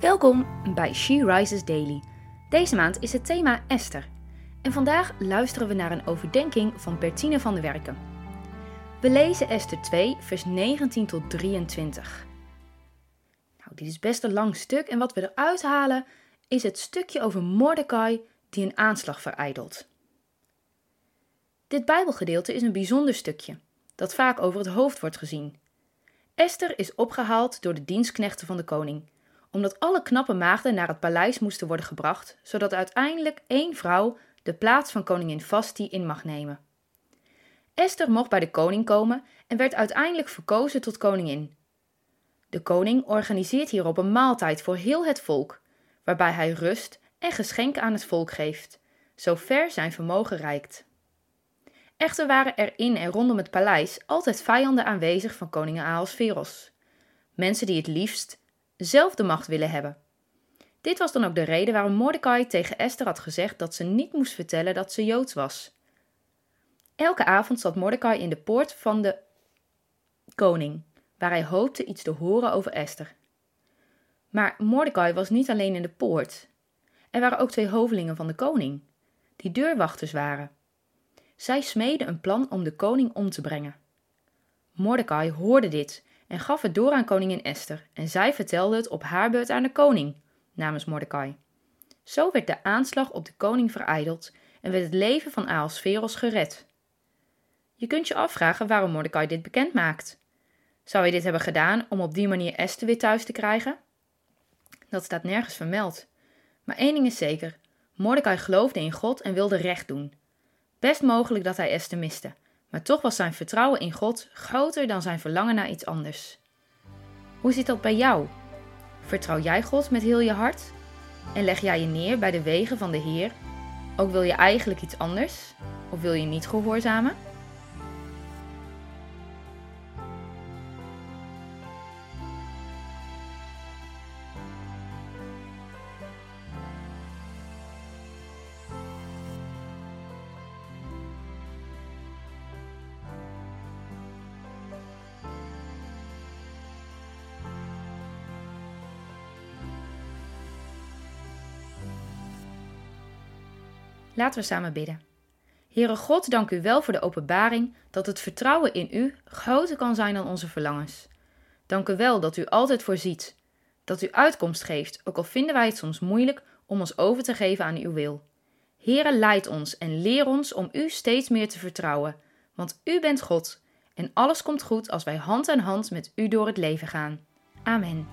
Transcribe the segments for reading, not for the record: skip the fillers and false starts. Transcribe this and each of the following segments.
Welkom bij She Rises Daily. Deze maand is het thema Esther. En vandaag luisteren we naar een overdenking van Bertine van der Werken. We lezen Esther 2, vers 19 tot 23. Nou, dit is best een lang stuk en wat we eruit halen is het stukje over Mordechai die een aanslag verijdelt. Dit Bijbelgedeelte is een bijzonder stukje, dat vaak over het hoofd wordt gezien. Esther is opgehaald door de dienstknechten van de koning, omdat alle knappe maagden naar het paleis moesten worden gebracht, zodat uiteindelijk 1 vrouw de plaats van koningin Vasti in mag nemen. Esther mocht bij de koning komen en werd uiteindelijk verkozen tot koningin. De koning organiseert hierop een maaltijd voor heel het volk, waarbij hij rust en geschenken aan het volk geeft, zover zijn vermogen reikt. Echter waren er in en rondom het paleis altijd vijanden aanwezig van koningin Ahasveros. Mensen die het liefst zelf de macht willen hebben. Dit was dan ook de reden waarom Mordechai tegen Esther had gezegd dat ze niet moest vertellen dat ze Joods was. Elke avond zat Mordechai in de poort van de koning, waar hij hoopte iets te horen over Esther. Maar Mordechai was niet alleen in de poort. Er waren ook 2 hovelingen van de koning, die deurwachters waren. Zij smeedden een plan om de koning om te brengen. Mordechai hoorde dit en gaf het door aan koningin Esther en zij vertelde het op haar beurt aan de koning, namens Mordechai. Zo werd de aanslag op de koning verijdeld en werd het leven van Ahasveros gered. Je kunt je afvragen waarom Mordechai dit bekend maakt. Zou hij dit hebben gedaan om op die manier Esther weer thuis te krijgen? Dat staat nergens vermeld. Maar 1 ding is zeker, Mordechai geloofde in God en wilde recht doen. Best mogelijk dat hij Esther miste, maar toch was zijn vertrouwen in God groter dan zijn verlangen naar iets anders. Hoe zit dat bij jou? Vertrouw jij God met heel je hart? En leg jij je neer bij de wegen van de Heer, ook wil je eigenlijk iets anders? Of wil je niet gehoorzamen? Laten we samen bidden. Heere God, dank u wel voor de openbaring dat het vertrouwen in u groter kan zijn dan onze verlangens. Dank u wel dat u altijd voorziet, dat u uitkomst geeft, ook al vinden wij het soms moeilijk om ons over te geven aan uw wil. Heere, leid ons en leer ons om u steeds meer te vertrouwen, want u bent God en alles komt goed als wij hand aan hand met u door het leven gaan. Amen.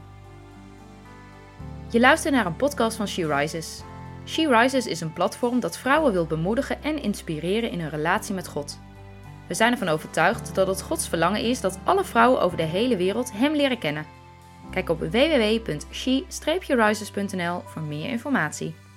Je luistert naar een podcast van She Rises. She Rises is een platform dat vrouwen wil bemoedigen en inspireren in hun relatie met God. We zijn ervan overtuigd dat het Gods verlangen is dat alle vrouwen over de hele wereld Hem leren kennen. Kijk op www.she-rises.nl voor meer informatie.